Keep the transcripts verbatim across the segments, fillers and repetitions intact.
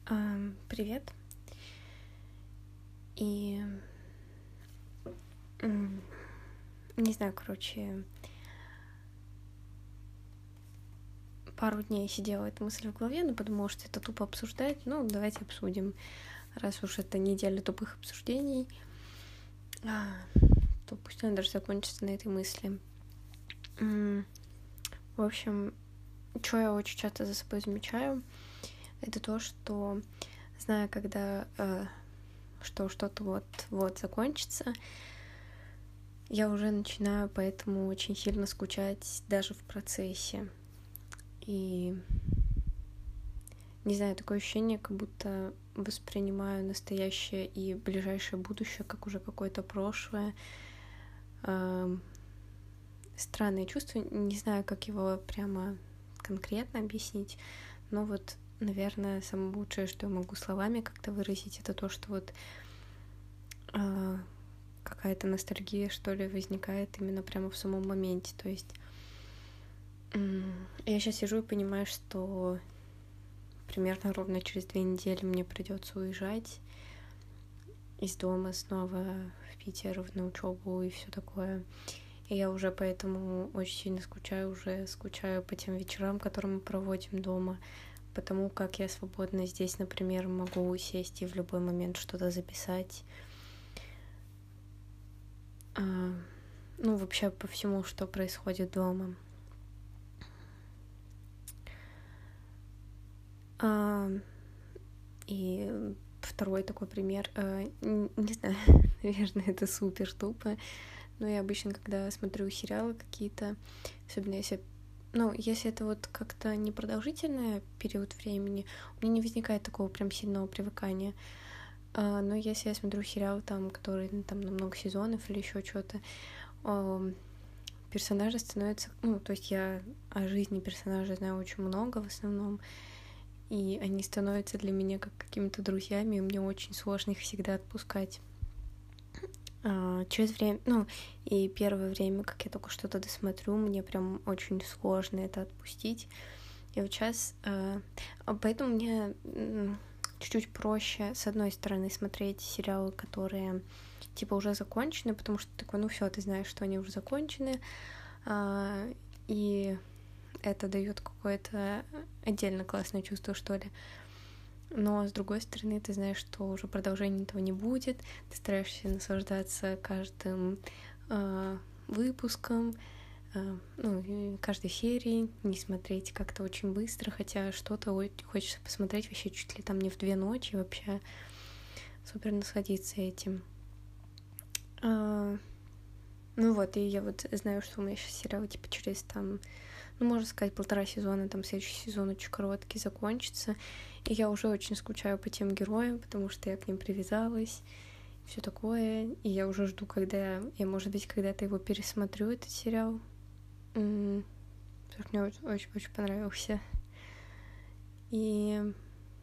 Ам, Привет. И м, не знаю, короче, пару дней сидела эта мысль в голове, но подумала, что это тупо обсуждать. Ну, давайте обсудим. Раз уж это неделя тупых обсуждений, а, то пусть она даже закончится на этой мысли. М, В общем, что я очень часто за собой замечаю, это то, что, зная, когда э, что что-то вот-вот закончится, я уже начинаю поэтому очень сильно скучать даже в процессе. И, не знаю, такое ощущение, как будто воспринимаю настоящее и ближайшее будущее как уже какое-то прошлое. Эм, Странное чувство, не знаю, как его прямо конкретно объяснить, но вот, наверное, самое лучшее, что я могу словами как-то выразить, это то, что вот э, какая-то ностальгия, что ли, возникает именно прямо в самом моменте. То есть м, я сейчас сижу и понимаю, что примерно ровно через две недели мне придется уезжать из дома снова в Питер, на учебу и все такое. И я уже поэтому очень сильно скучаю, уже скучаю по тем вечерам, которые мы проводим дома, потому как я свободно здесь, например, могу сесть и в любой момент что-то записать. А, ну, вообще по всему, что происходит дома. А, и второй такой пример, а, не, не знаю, наверное, это супер тупо, но я обычно, когда смотрю сериалы какие-то, особенно если, ну, если это вот как-то непродолжительный период времени, у меня не возникает такого прям сильного привыкания. А, но если я смотрю сериал, там, который ну, там на много сезонов или еще что-то, а, персонажи становятся, ну, то есть я о жизни персонажей знаю очень много в основном, и они становятся для меня как какими-то друзьями, и мне очень сложно их всегда отпускать. А, через время, ну, и первое время, как я только что-то досмотрю, мне прям очень сложно это отпустить. И вот сейчас, а, поэтому мне чуть-чуть проще, с одной стороны, смотреть сериалы, которые, типа, уже закончены, потому что такой, ну, все, ты знаешь, что они уже закончены, а, и это дает какое-то отдельно классное чувство, что ли. Но, с другой стороны, ты знаешь, что уже продолжения этого не будет, ты стараешься наслаждаться каждым э, выпуском, э, ну, каждой серией, не смотреть как-то очень быстро, хотя что-то хочется посмотреть вообще чуть ли там не в две ночи, вообще супер насладиться этим. А, ну вот, и я вот знаю, что у меня сейчас сериалы типа через там, ну, можно сказать, полтора сезона, там следующий сезон очень короткий закончится, и я уже очень скучаю по тем героям, потому что я к ним привязалась, все такое, и я уже жду, когда я, может быть, когда-то его пересмотрю, этот сериал, потому что мне очень-очень понравился. И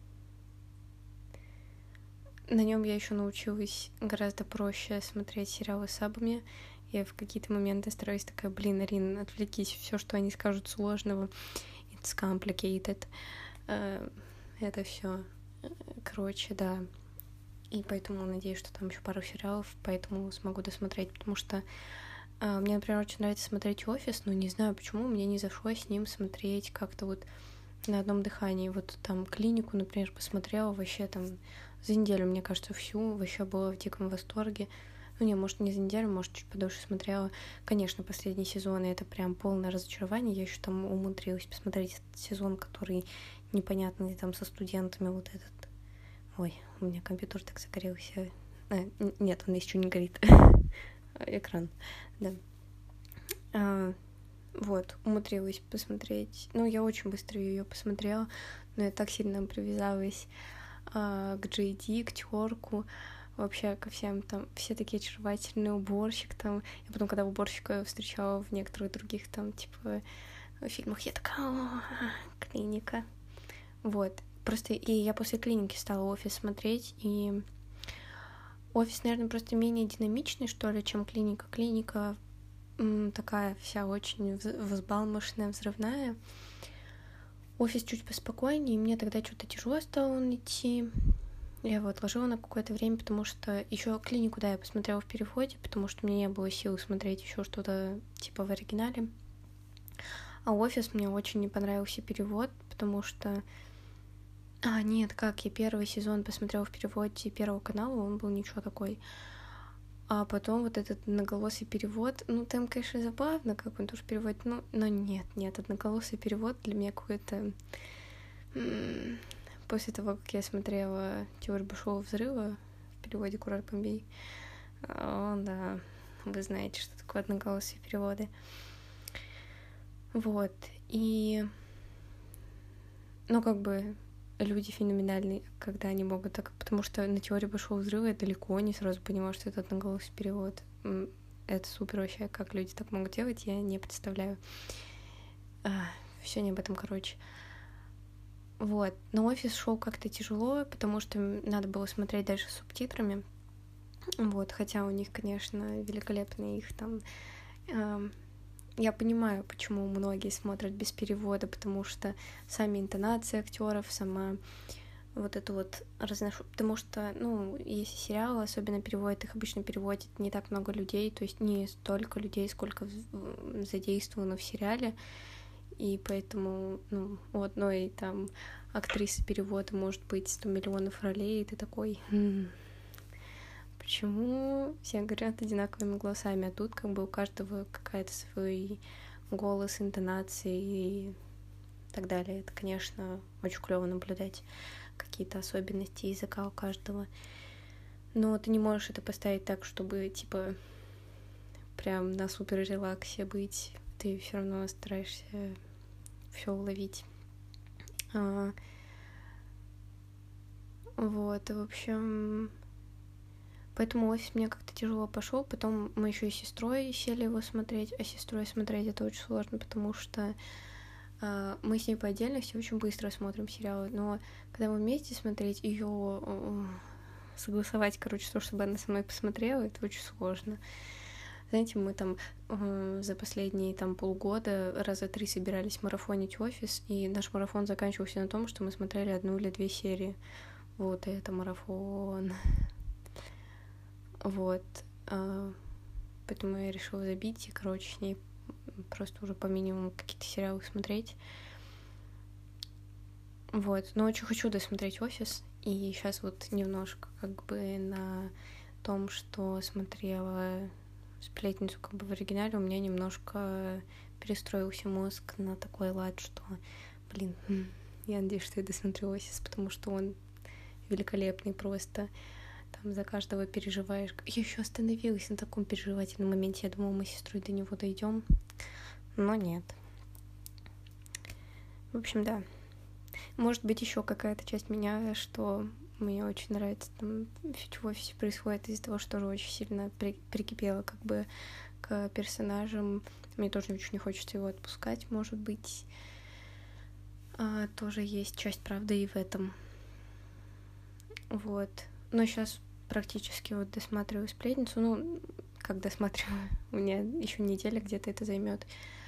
на нем я еще научилась гораздо проще смотреть сериалы с сабами. Я в какие-то моменты стараюсь такая, блин, Арин, отвлекись, все, что они скажут сложного, it's complicated. Это все, короче, да. И поэтому надеюсь, что там еще пару сериалов, поэтому смогу досмотреть, потому что э, мне, например, очень нравится смотреть «Офис», но не знаю, почему мне не зашло с ним смотреть как-то вот на одном дыхании. Вот там «Клинику», например, посмотрела вообще там за неделю, мне кажется, всю, вообще была в диком восторге. Ну, не, может, не за неделю, может, чуть подольше смотрела. Конечно, последний сезон, и это прям полное разочарование. Я еще там умудрилась посмотреть этот сезон, который непонятный, там, со студентами, вот этот. Ой, у меня компьютер так загорелся. А, нет, он еще не горит. Экран, да. А, вот, умудрилась посмотреть. Ну, я очень быстро ее посмотрела, но я так сильно привязалась а, к Джей Ди, к Тёрку, вообще ко всем там, все такие очаровательные, уборщик там. Я потом, когда уборщика встречала в некоторых других там, типа, фильмах, я такая, о, клиника. Вот, просто и я после клиники стала «Офис» смотреть, и «Офис», наверное, просто менее динамичный, что ли, чем клиника. Клиника м, такая вся очень взбалмошная, взрывная. Офис чуть поспокойнее, и мне тогда что-то тяжело стало идти. Я его отложила на какое-то время, потому что еще клинику, да, я посмотрела в переводе, потому что мне не было сил смотреть еще что-то типа в оригинале. А офис мне очень не понравился перевод, потому что... А, нет, как, я первый сезон посмотрела в переводе Первого канала, он был ничего такой. А потом вот этот одноголосый перевод, ну, там, конечно, забавно, как он тоже переводит, ну, но нет, нет, одноголосый перевод для меня какой-то... После того, как я смотрела «Теорию Большого взрыва» в переводе «Курорт Бомбей», о, да, вы знаете, что такое одноголосые переводы. Вот, и... Ну, как бы люди феноменальные, когда они могут так... Потому что на «Теории Большого взрыва» я далеко не сразу понимала, что это одноголосый перевод. Это супер вообще, как люди так могут делать, я не представляю. А, все не об этом, короче. Вот. Но офис шел как-то тяжело, потому что надо было смотреть дальше с субтитрами. Вот. Хотя у них, конечно, великолепные их там... Э, я понимаю, почему многие смотрят без перевода, потому что сами интонации актеров, сама вот это вот разношу... Потому что, ну, если сериалы особенно переводят, их обычно переводит не так много людей, то есть не столько людей, сколько задействовано в сериале. И поэтому, ну, у одной там актрисы перевода может быть сто миллионов ролей, и ты такой, м-м, почему все говорят одинаковыми голосами, а тут как бы у каждого какая-то свой голос, интонации и так далее. Это, конечно, очень клево наблюдать какие-то особенности языка у каждого. Но ты не можешь это поставить так, чтобы, типа, прям на супер релаксе быть. Ты все равно стараешься все уловить. А, вот, в общем, поэтому офис мне как-то тяжело пошел. Потом мы еще и с сестрой сели его смотреть, а с сестрой смотреть это очень сложно, потому что а, мы с ней по отдельности очень быстро смотрим сериалы, но когда мы вместе смотреть, ее согласовать, короче, то, чтобы она со мной посмотрела, это очень сложно. Знаете, мы там э, за последние там полгода раза три собирались марафонить офис, и наш марафон заканчивался на том, что мы смотрели одну или две серии. Вот, и это марафон. Вот. Э, поэтому я решила забить и, короче, с ней просто уже по минимуму какие-то сериалы смотреть. Вот. Но очень хочу досмотреть офис, и сейчас вот немножко как бы на том, что смотрела... «Сплетницу» как бы в оригинале, у меня немножко перестроился мозг на такой лад, что, блин, я надеюсь, что я досмотрю «Офис», потому что он великолепный просто. Там за каждого переживаешь. Я еще остановилась на таком переживательном моменте. Я думала, мы с сестрой до него дойдем, но нет. В общем, да. Может быть, еще какая-то часть меня, что мне очень нравится, там, все, в офисе происходит из-за того, что тоже очень сильно при- прикипела как бы к персонажам. Мне тоже очень не хочется его отпускать, может быть. А, тоже есть часть правды и в этом. Вот. Но сейчас практически вот досматриваю «Сплетницу». Ну, как досматриваю, у меня еще неделя где-то это займет.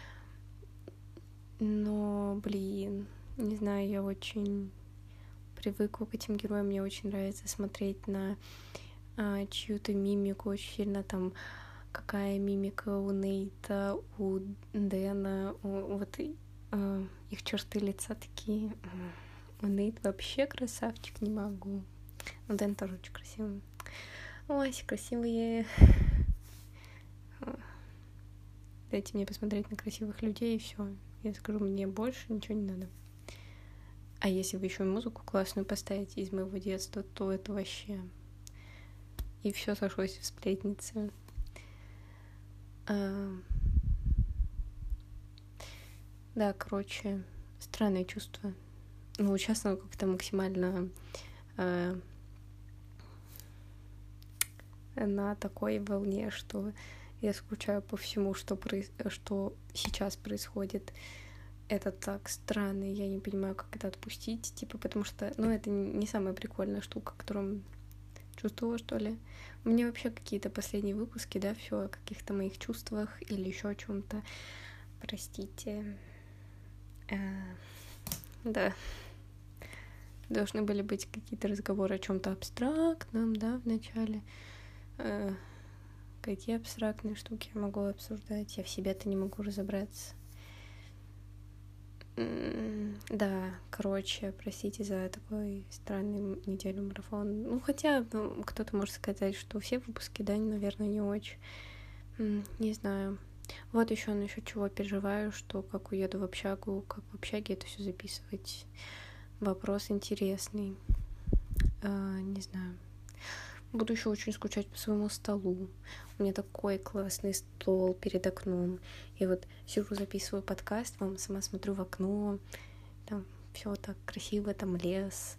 Но, блин, не знаю, я очень... привыкла к этим героям, мне очень нравится смотреть на а, чью-то мимику, очень сильно там, какая мимика у Нейта, у Дэна, у, вот а, их черты лица такие. У Нейт вообще красавчик, не могу. У Дэн тоже очень красивый. Ой, все красивые. Дайте мне посмотреть на красивых людей, и все. Я скажу, мне больше ничего не надо. А если вы еще и музыку классную поставите из моего детства, то это вообще... И все сошлось в «Сплетнице». А... Да, короче, странное чувство. Ну, сейчас оно как-то максимально а... на такой волне, что я скучаю по всему, что, проис... что сейчас происходит. Это так странно, я не понимаю, как это отпустить, типа, потому что, ну, это не самая прикольная штука, которую чувствовала, что ли. У меня вообще какие-то последние выпуски, да, все о каких-то моих чувствах или еще о чем-то. Простите. Да. Должны были быть какие-то разговоры о чем-то абстрактном, да, в начале. Э, какие абстрактные штуки я могу обсуждать? Я в себе-то не могу разобраться. Да, короче, простите за такой странный недельный марафон. Ну, хотя ну, кто-то может сказать, что все выпуски, да, наверное, не очень. Не знаю. Вот еще насчет чего переживаю, что как уеду в общагу, как в общаге это все записывать. Вопрос интересный. А, не знаю. Буду еще очень скучать по своему столу. У меня такой классный стол перед окном. И вот сижу, записываю подкаст, вам сама смотрю в окно. Там все так красиво, там лес.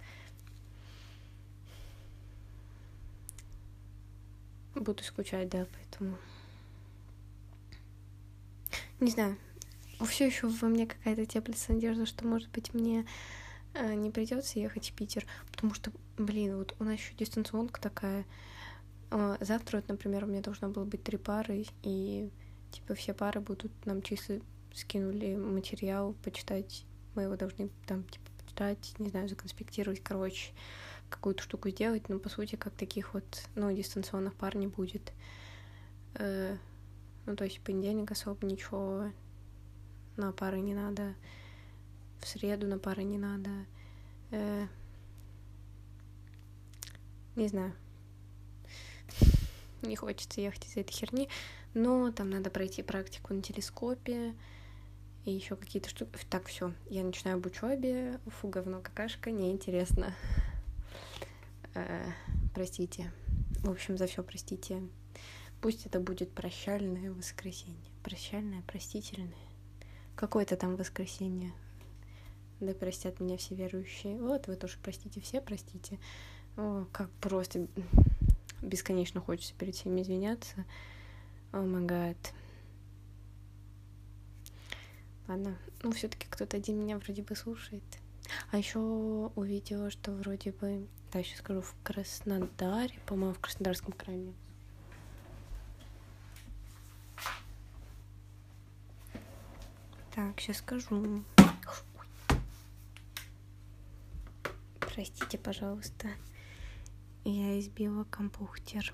Буду скучать, да, поэтому... Не знаю. Все еще во мне какая-то теплится надежда, что, может быть, мне э, не придется ехать в Питер, потому что, блин, вот у нас еще дистанционка такая. Э, завтра, вот, например, у меня должно было быть три пары, и типа все пары будут нам чисто скинули материал почитать, мы его должны там типа почитать, не знаю, законспектировать, короче, какую-то штуку сделать, но по сути как таких вот, ну, дистанционных пар не будет. Э, ну, то есть в понедельник особо ничего на пары не надо, в среду на пары не надо. Э, не знаю. Не хочется ехать из-за этой херни, но там надо пройти практику на телескопе и еще какие-то штуки. Так, все, я начинаю об учебе. Фу, говно, какашка, неинтересно. Э, простите. В общем, за все простите. Пусть это будет прощальное воскресенье. Прощальное, простительное. Какое-то там воскресенье. Да простят меня все верующие. Вот, вы тоже простите, все простите. О, как просто бесконечно хочется перед всеми извиняться. О май гад. Ладно, ну все-таки кто-то один меня вроде бы слушает. А еще увидела, что вроде бы, да, сейчас скажу, в Краснодаре, по-моему, в Краснодарском крае. Так, сейчас скажу. Простите, пожалуйста. Я избила компьютер.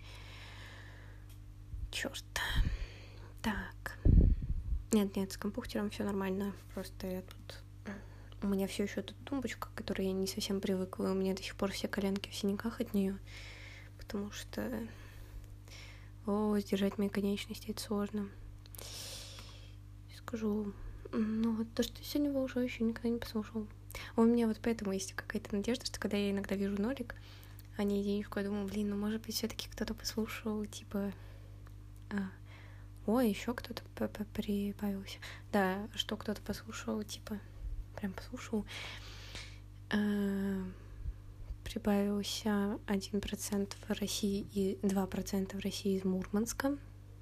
Черт. Так. Нет, нет, с компьютером все нормально. Просто я тут... У меня все еще тут тумбочка, к которой я не совсем привыкла. У меня до сих пор все коленки в синяках от нее. Потому что... О, сдержать мои конечности, это сложно. Скажу... Ну, вот то, что сегодня выложу, еще никогда не послушал. А у меня вот поэтому есть какая-то надежда, что когда я иногда вижу нолик, а не единичку, я думаю, блин, ну, может быть, все-таки кто-то послушал, типа... А, ой, еще кто-то прибавился. Да, что кто-то послушал, типа... Прям послушал. А, прибавился один процент в России и два процента в России из Мурманска.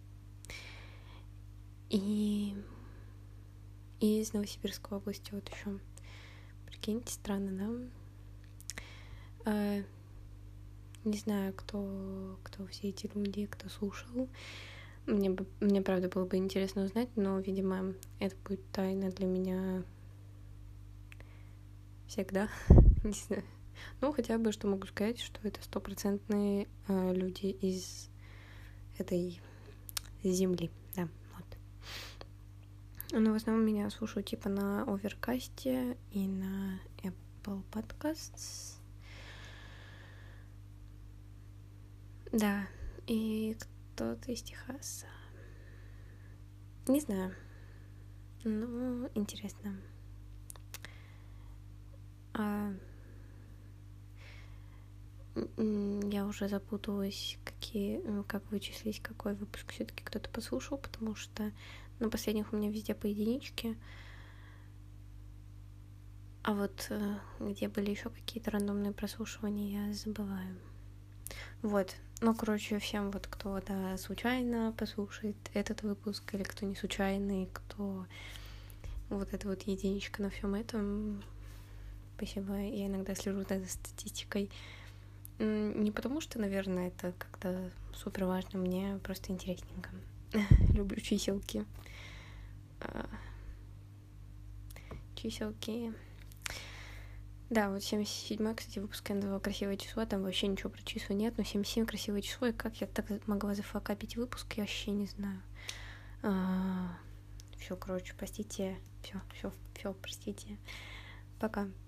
И... И из Новосибирской области вот еще. Прикиньте, странно, да? А, не знаю, кто, кто все эти люди, кто слушал. Мне, бы, мне, правда, было бы интересно узнать, но, видимо, это будет тайна для меня всегда. Не знаю. Ну, хотя бы, что могу сказать, что это стопроцентные э, люди из этой земли, да, вот. Но в основном меня слушают типа на Оверкасте и на Apple Podcasts. Да, и кто-то из Техаса. Не знаю. Ну, интересно. А... Я уже запуталась, какие, как вычислить, какой выпуск все-таки кто-то послушал, потому что на последних у меня везде по единичке. А вот где были еще какие-то рандомные прослушивания, я забываю. Вот. Ну, короче, всем вот, кто, да, случайно послушает этот выпуск, или кто не случайный, кто вот эта вот единичка на всем этом. Спасибо. Я иногда слежу за статистикой. Не потому что, наверное, это как-то супер важно, мне просто интересненько. Люблю чиселки. Чиселки. Да, вот семьдесят седьмой, кстати, выпуск я назвала «Красивое число», там вообще ничего про числа нет, но семьдесят семь красивое число, и как я так могла зафакапить выпуск, я вообще не знаю. А, все, короче, простите, все, все, все, простите. Пока.